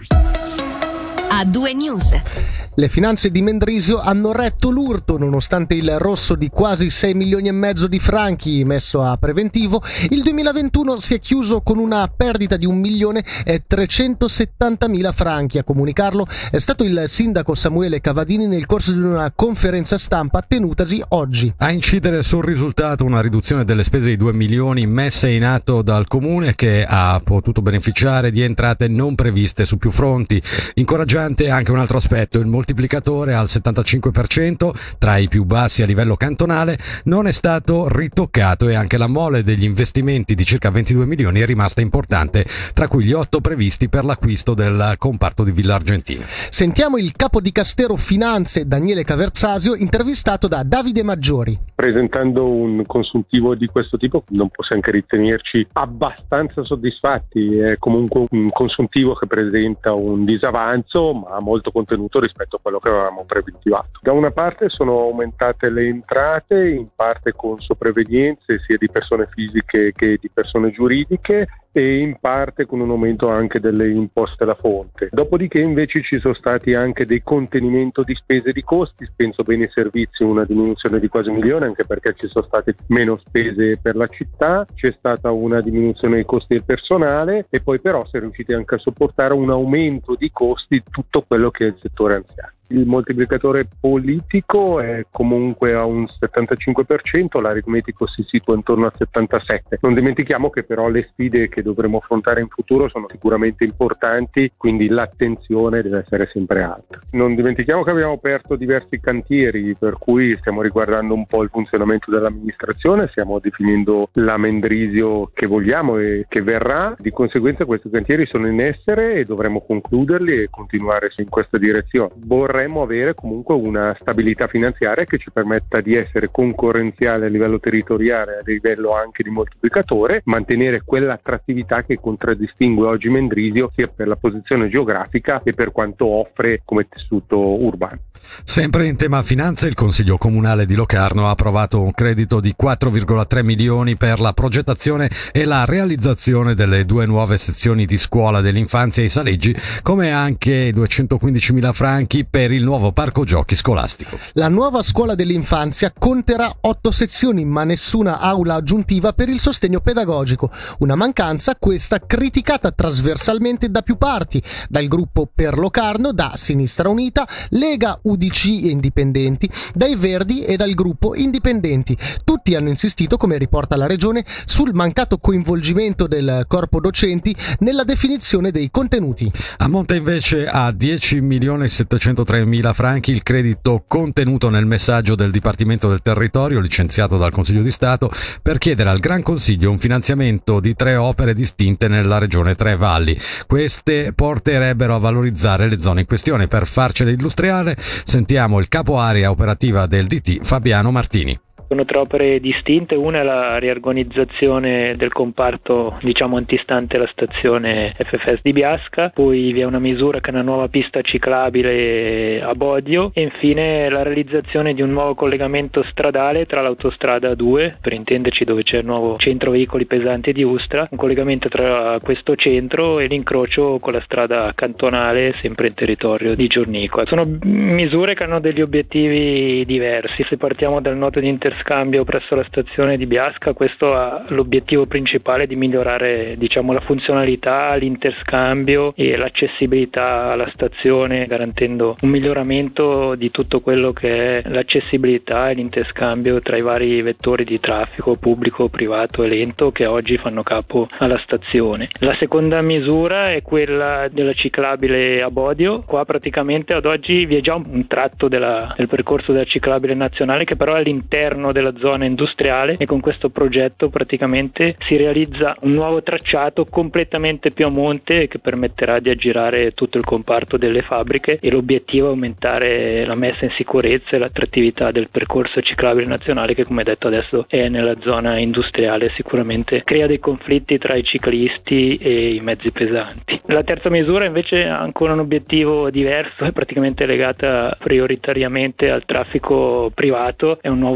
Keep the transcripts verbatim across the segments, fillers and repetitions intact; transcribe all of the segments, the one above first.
A due News. Le finanze di Mendrisio hanno retto l'urto nonostante il rosso di quasi sei milioni e mezzo di franchi messo a preventivo. Il duemilaventuno si è chiuso con una perdita di un milione e trecentosettantamila franchi. A comunicarlo è stato il sindaco Samuele Cavadini nel corso di una conferenza stampa tenutasi oggi. A incidere sul risultato una riduzione delle spese di due milioni messe in atto dal comune, che ha potuto beneficiare di entrate non previste su più fronti. Incoraggiante anche un altro aspetto: il moltiplicatore al settantacinque per cento, tra i più bassi a livello cantonale, non è stato ritoccato e anche la mole degli investimenti di circa ventidue milioni è rimasta importante, tra cui gli otto previsti per l'acquisto del comparto di Villa Argentina. Sentiamo il capo di Castero Finanze, Daniele Caverzasio, intervistato da Davide Maggiori. Presentando un consuntivo di questo tipo non possiamo che ritenerci abbastanza soddisfatti. È comunque un consuntivo che presenta un disavanzo, ma molto contenuto rispetto a quello che avevamo preventivato. Da una parte sono aumentate le entrate, in parte con sopravvenienze sia di persone fisiche che di persone giuridiche, e in parte con un aumento anche delle imposte alla fonte. Dopodiché invece ci sono stati anche dei contenimento di spese e di costi, penso beni e servizi una diminuzione di quasi un milione, anche perché ci sono state meno spese per la città, c'è stata una diminuzione dei costi del personale e poi però si è riusciti anche a sopportare un aumento di costi di tutto quello che è il settore anziano. Il moltiplicatore politico è comunque a un settantacinque per cento, l'aritmetico si situa intorno al settantasette per cento. Non dimentichiamo che però le sfide che dovremo affrontare in futuro sono sicuramente importanti, quindi l'attenzione deve essere sempre alta. Non dimentichiamo che abbiamo aperto diversi cantieri, per cui stiamo riguardando un po' il funzionamento dell'amministrazione, stiamo definendo la Mendrisio che vogliamo e che verrà. Di conseguenza questi cantieri sono in essere e dovremo concluderli e continuare in questa direzione. Vorrei avere comunque una stabilità finanziaria che ci permetta di essere concorrenziale a livello territoriale, a livello anche di moltiplicatore, mantenere quell'attrattività che contraddistingue oggi Mendrisio sia per la posizione geografica e per quanto offre come tessuto urbano. Sempre in tema finanze, il Consiglio Comunale di Locarno ha approvato un credito di quattro virgola tre milioni per la progettazione e la realizzazione delle due nuove sezioni di scuola dell'infanzia ai Saleggi, come anche duecentoquindicimila franchi per il nuovo parco giochi scolastico. La nuova scuola dell'infanzia conterà otto sezioni, ma nessuna aula aggiuntiva per il sostegno pedagogico. Una mancanza, questa, criticata trasversalmente da più parti, dal gruppo Per Locarno, da Sinistra Unita, Lega, U D C e Indipendenti, dai Verdi e dal gruppo Indipendenti. Tutti hanno insistito, come riporta la Regione, sul mancato coinvolgimento del corpo docenti nella definizione dei contenuti. Ammonta invece a dieci milioni settecentotremila franchi il credito contenuto nel messaggio del Dipartimento del Territorio, licenziato dal Consiglio di Stato, per chiedere al Gran Consiglio un finanziamento di tre opere distinte nella regione Tre Valli. Queste porterebbero a valorizzare le zone in questione. Per farcela illustrare, sentiamo il capo area operativa del D T, Fabiano Martini. Sono tre opere distinte, una è la riorganizzazione del comparto diciamo antistante la stazione F F S di Biasca, poi vi è una misura che è una nuova pista ciclabile a Bodio e infine la realizzazione di un nuovo collegamento stradale tra l'autostrada due, per intenderci dove c'è il nuovo centro veicoli pesanti di Ustra, un collegamento tra questo centro e l'incrocio con la strada cantonale sempre in territorio di Giornico. Sono misure che hanno degli obiettivi diversi. Se partiamo dal nodo di interscambio presso la stazione di Biasca, questo ha l'obiettivo principale di migliorare diciamo la funzionalità, l'interscambio e l'accessibilità alla stazione, garantendo un miglioramento di tutto quello che è l'accessibilità e l'interscambio tra i vari vettori di traffico pubblico, privato e lento che oggi fanno capo alla stazione. La seconda misura è quella della ciclabile a Bodio. Qua praticamente ad oggi vi è già un tratto della, del percorso della ciclabile nazionale che però è all'interno della zona industriale e con questo progetto praticamente si realizza un nuovo tracciato completamente più a monte che permetterà di aggirare tutto il comparto delle fabbriche e l'obiettivo è aumentare la messa in sicurezza e l'attrattività del percorso ciclabile nazionale che come detto adesso è nella zona industriale, sicuramente crea dei conflitti tra i ciclisti e i mezzi pesanti. La terza misura invece ha ancora un obiettivo diverso, è praticamente legata prioritariamente al traffico privato, è un nuovo svincolo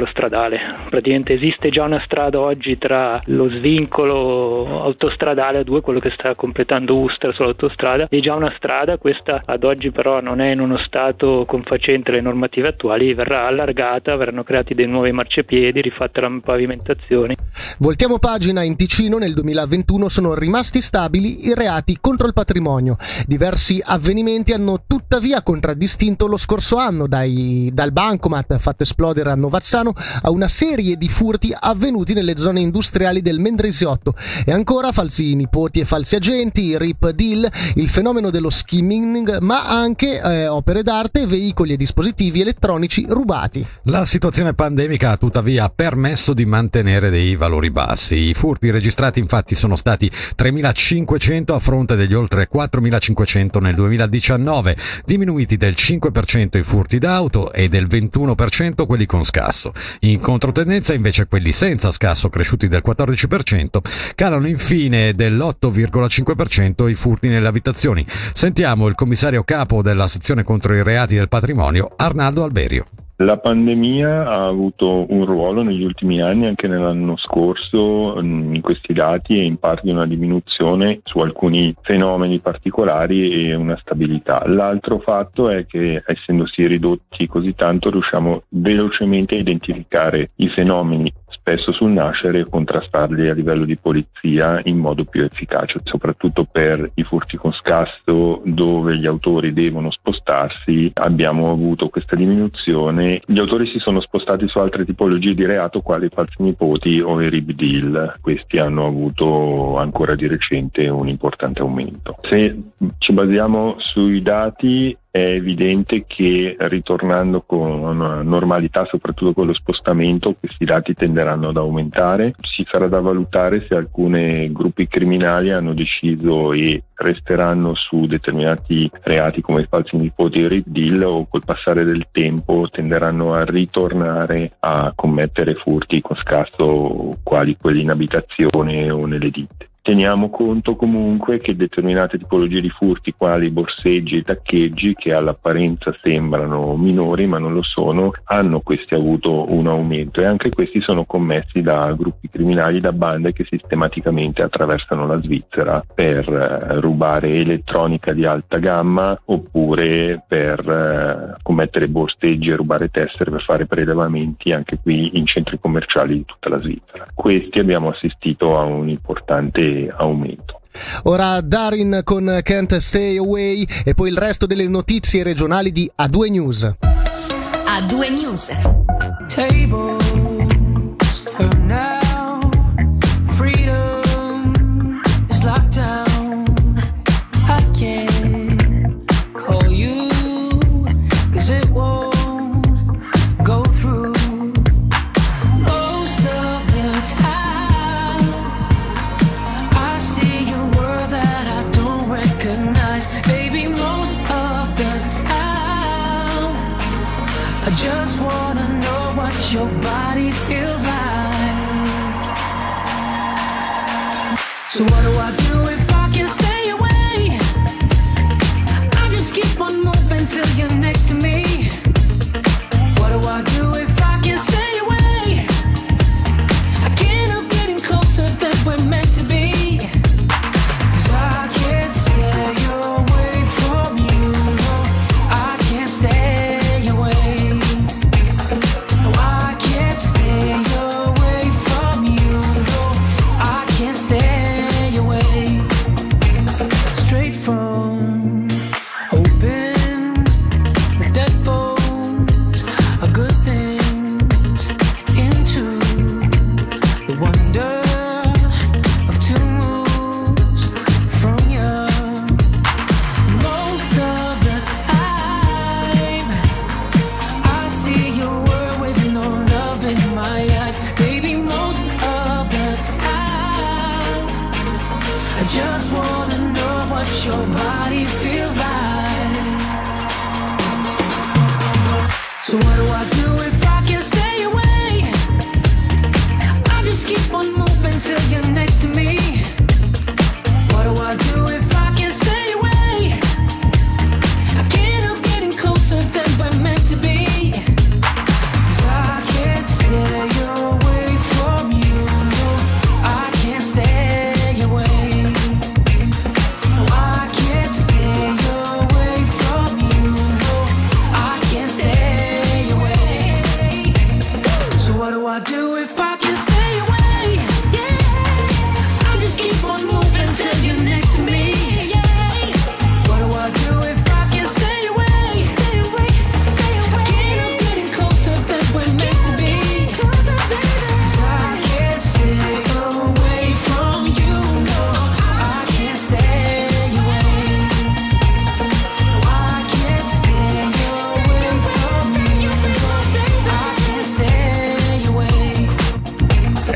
stradale. Praticamente esiste già una strada oggi tra lo svincolo autostradale A due, quello che sta completando Ustra sull'autostrada, è già una strada, questa ad oggi però non è in uno stato confacente alle normative attuali, verrà allargata, verranno creati dei nuovi marciapiedi, rifatta la pavimentazione. Voltiamo pagina. In Ticino nel duemilaventuno sono rimasti stabili i reati contro il patrimonio. Diversi avvenimenti hanno tuttavia contraddistinto lo scorso anno, dai, dal bancomat fatto esplodere a Novazzano a una serie di furti avvenuti nelle zone industriali del Mendrisiotto, e ancora falsi nipoti e falsi agenti, rip deal, il fenomeno dello skimming, ma anche eh, opere d'arte, veicoli e dispositivi elettronici rubati. La situazione pandemica ha tuttavia permesso di mantenere dei valori bassi. I furti registrati infatti sono stati tremilacinquecento a fronte degli oltre quattromilacinquecento nel duemiladiciannove, diminuiti del cinque per cento i furti d'auto e del ventuno per cento quelli con scasso. In controtendenza invece quelli senza scasso, cresciuti del quattordici per cento, calano infine dell'otto virgola cinque per cento i furti nelle abitazioni. Sentiamo il commissario capo della sezione contro i reati del patrimonio, Arnaldo Alberio. La pandemia ha avuto un ruolo negli ultimi anni, anche nell'anno scorso, in questi dati, e in parte una diminuzione su alcuni fenomeni particolari e una stabilità. L'altro fatto è che, essendosi ridotti così tanto, riusciamo velocemente a identificare i fenomeni spesso sul nascere e contrastarli a livello di polizia in modo più efficace, soprattutto per i furti con scasso, dove gli autori devono spostarsi. Abbiamo avuto questa diminuzione. Gli autori si sono spostati su altre tipologie di reato, quali i falsi nipoti o i rip deal. Questi hanno avuto ancora di recente un importante aumento. Se ci basiamo sui dati, è evidente che, ritornando con normalità, soprattutto con lo spostamento, questi dati tenderanno ad aumentare. Ci sarà da valutare se alcuni gruppi criminali hanno deciso e resteranno su determinati reati come i falsi nipoti e i rip deal, o col passare del tempo tenderanno a ritornare a commettere furti con scasso, quali quelli in abitazione o nelle ditte. Teniamo conto comunque che determinate tipologie di furti, quali borseggi e taccheggi, che all'apparenza sembrano minori ma non lo sono, hanno questi avuto un aumento, e anche questi sono commessi da gruppi criminali, da bande che sistematicamente attraversano la Svizzera per eh, rubare elettronica di alta gamma, oppure per eh, commettere borseggi e rubare tessere per fare prelevamenti anche qui in centri commerciali di tutta la Svizzera. Questi abbiamo assistito a un importante aumento. Ora Darin con Can't Stay Away e poi il resto delle notizie regionali di A due News. A due News. Tables are now, freedom is locked down. I can't call you 'cause it won't go through. Most of the time I see your world that I don't recognize. Baby, most of the time I just wanna know what your body feels like. So what do I do if I can stay away? I just keep on moving till you're next to me. What do I do if I can stay away? I can't help getting closer than we're meant to be. 'Cause I can't stay away from you. No, I can't stay away. No, I can't stay away from you. No, I can't stay away. Straight from open the deadbolts of good things into the wonder of two moves from you. Most of the time I see your world with no love in my eyes. Baby, most of the time I just wanna know what your body feels like. So what do I do if I can stay away? I just keep on moving till you're next to me. What do I do if I can stay away? I can't help getting closer than we're meant to be. 'Cause I can't stay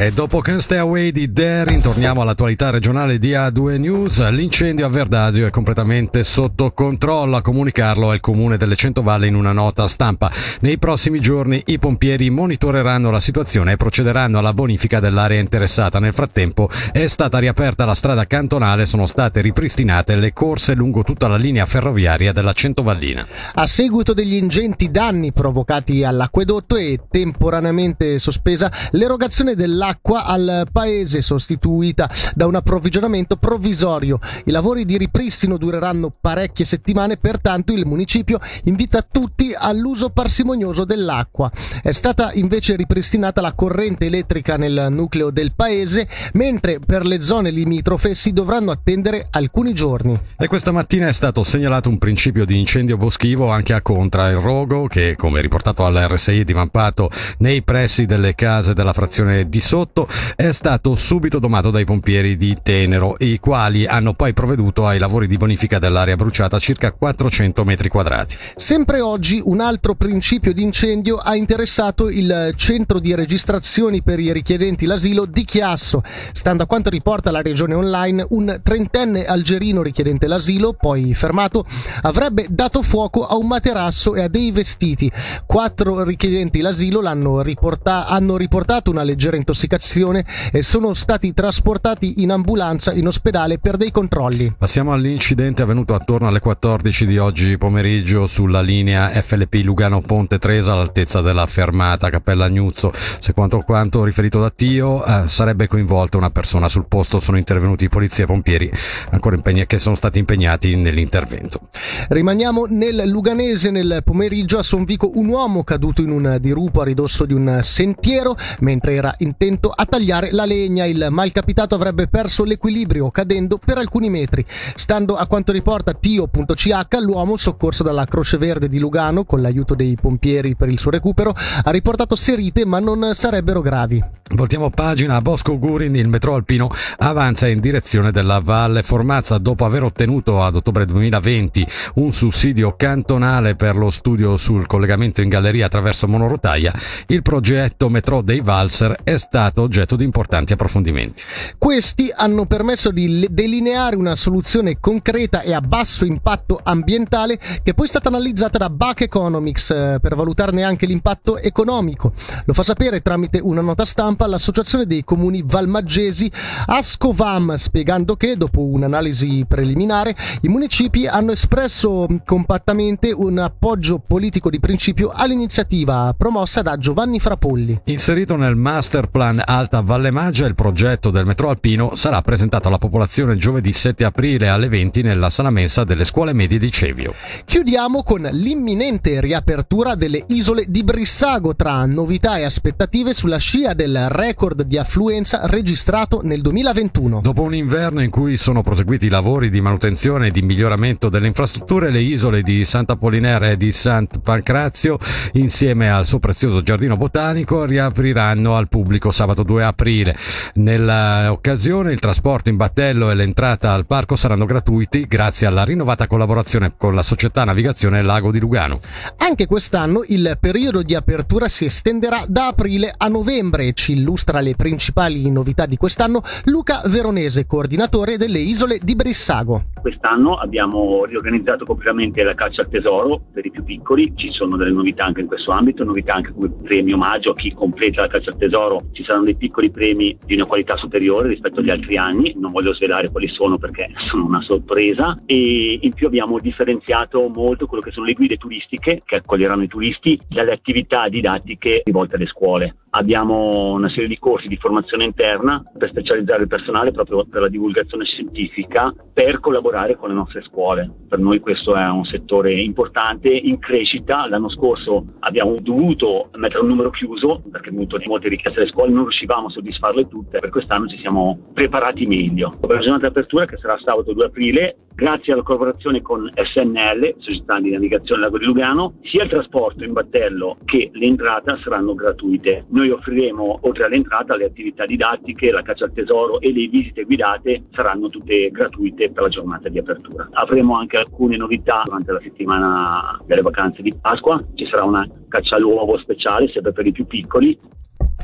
E dopo Can't Stay Away di Darin torniamo all'attualità regionale di A due News. L'incendio a Verdasio è completamente sotto controllo, a comunicarlo è il comune delle Centovalle in una nota stampa. Nei prossimi giorni i pompieri monitoreranno la situazione e procederanno alla bonifica dell'area interessata. Nel frattempo è stata riaperta la strada cantonale, sono state ripristinate le corse lungo tutta la linea ferroviaria della Centovallina. A seguito degli ingenti danni provocati all'acquedotto è temporaneamente sospesa l'erogazione dell'acqua al paese, sostituita da un approvvigionamento provvisorio. I lavori di ripristino dureranno parecchie settimane, pertanto il municipio invita tutti all'uso parsimonioso dell'acqua. È stata invece ripristinata la corrente elettrica nel nucleo del paese, mentre per le zone limitrofe si dovranno attendere alcuni giorni. E questa mattina è stato segnalato un principio di incendio boschivo anche a Contra, il rogo, che come riportato all'R S I è divampato nei pressi delle case della frazione di sotto, è stato subito domato dai pompieri di Tenero, i quali hanno poi provveduto ai lavori di bonifica dell'area bruciata, circa quattrocento metri quadrati. Sempre oggi un altro principio di incendio ha interessato il centro di registrazioni per i richiedenti l'asilo di Chiasso. Stando a quanto riporta la regione online, un trentenne algerino richiedente l'asilo, poi fermato, avrebbe dato fuoco a un materasso e a dei vestiti. Quattro richiedenti l'asilo l'hanno riporta- hanno riportato una leggera intossicazione e sono stati trasportati in ambulanza in ospedale per dei controlli. Passiamo all'incidente avvenuto attorno alle quattordici di oggi pomeriggio sulla linea F L P Lugano Ponte Tresa, all'altezza della fermata Cappella Agnuzzo. Secondo quanto riferito da Tio, eh, sarebbe coinvolta una persona sul posto. Sono intervenuti polizia e pompieri ancora impegni- che sono stati impegnati nell'intervento. Rimaniamo nel Luganese. Nel pomeriggio a Sonvico un uomo caduto in un dirupo a ridosso di un sentiero mentre era intento a tagliare la legna. Il malcapitato avrebbe perso l'equilibrio cadendo per alcuni metri. Stando a quanto riporta Tio punto C H, l'uomo, soccorso dalla Croce Verde di Lugano con l'aiuto dei pompieri per il suo recupero, ha riportato ferite ma non sarebbero gravi. Voltiamo pagina. A Bosco Gurin il metro alpino avanza in direzione della Valle Formazza. Dopo aver ottenuto ad ottobre duemilaventi un sussidio cantonale per lo studio sul collegamento in galleria attraverso monorotaia, il progetto Metro dei Valser è stato oggetto di importanti approfondimenti. Questi hanno permesso di delineare una soluzione concreta e a basso impatto ambientale, che poi è stata analizzata da Bac Economics eh, per valutarne anche l'impatto economico. Lo fa sapere tramite una nota stampa l'associazione dei comuni valmaggesi Ascovam, spiegando che dopo un'analisi preliminare i municipi hanno espresso compattamente un appoggio politico di principio all'iniziativa promossa da Giovanni Frapolli. Inserito nel Master Plan Alta Valle Maggia, il progetto del metro alpino sarà presentato alla popolazione giovedì sette aprile alle venti nella sala mensa delle scuole medie di Cevio. Chiudiamo con l'imminente riapertura delle isole di Brissago, tra novità e aspettative sulla scia del record di affluenza registrato nel duemilaventuno. Dopo un inverno in cui sono proseguiti i lavori di manutenzione e di miglioramento delle infrastrutture, le isole di Sant'Apollinare e di Sant Pancrazio, insieme al suo prezioso giardino botanico, riapriranno al pubblico sabato due aprile. Nell'occasione il trasporto in battello e l'entrata al parco saranno gratuiti grazie alla rinnovata collaborazione con la società Navigazione Lago di Lugano. Anche quest'anno il periodo di apertura si estenderà da aprile a novembre. Ci illustra le principali novità di quest'anno Luca Veronese, coordinatore delle isole di Brissago. Quest'anno abbiamo riorganizzato completamente la caccia al tesoro per i più piccoli. Ci sono delle novità anche in questo ambito, novità anche come premio omaggio a chi completa la caccia al tesoro. Ci saranno dei piccoli premi di una qualità superiore rispetto agli altri anni, non voglio svelare quali sono perché sono una sorpresa, e in più abbiamo differenziato molto quello che sono le guide turistiche che accoglieranno i turisti dalle attività didattiche rivolte alle scuole. Abbiamo una serie di corsi di formazione interna per specializzare il personale proprio per la divulgazione scientifica, per collaborare con le nostre scuole. Per noi questo è un settore importante, in crescita. L'anno scorso abbiamo dovuto mettere un numero chiuso perché avuto molte richieste alle scuole, non riuscivamo a soddisfarle tutte. Per quest'anno ci siamo preparati meglio. La giornata di apertura, che sarà sabato due aprile, grazie alla collaborazione con S N L, Società di Navigazione Lago di Lugano, sia il trasporto in battello che l'entrata saranno gratuite. Noi offriremo, oltre all'entrata, le attività didattiche, la caccia al tesoro e le visite guidate saranno tutte gratuite per la giornata di apertura. Avremo anche alcune novità durante la settimana delle vacanze di Pasqua. Ci sarà una caccia all'uovo speciale, sempre per i più piccoli.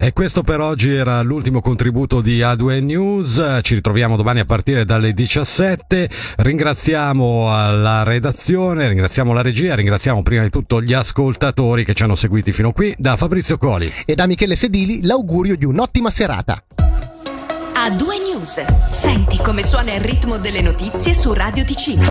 E questo per oggi era l'ultimo contributo di A due News. Ci ritroviamo domani a partire dalle diciassette. Ringraziamo la redazione, ringraziamo la regia, ringraziamo prima di tutto gli ascoltatori che ci hanno seguiti fino qui. Da Fabrizio Coli e da Michele Sedili l'augurio di un'ottima serata. A due News. Senti come suona il ritmo delle notizie su Radio Ticino.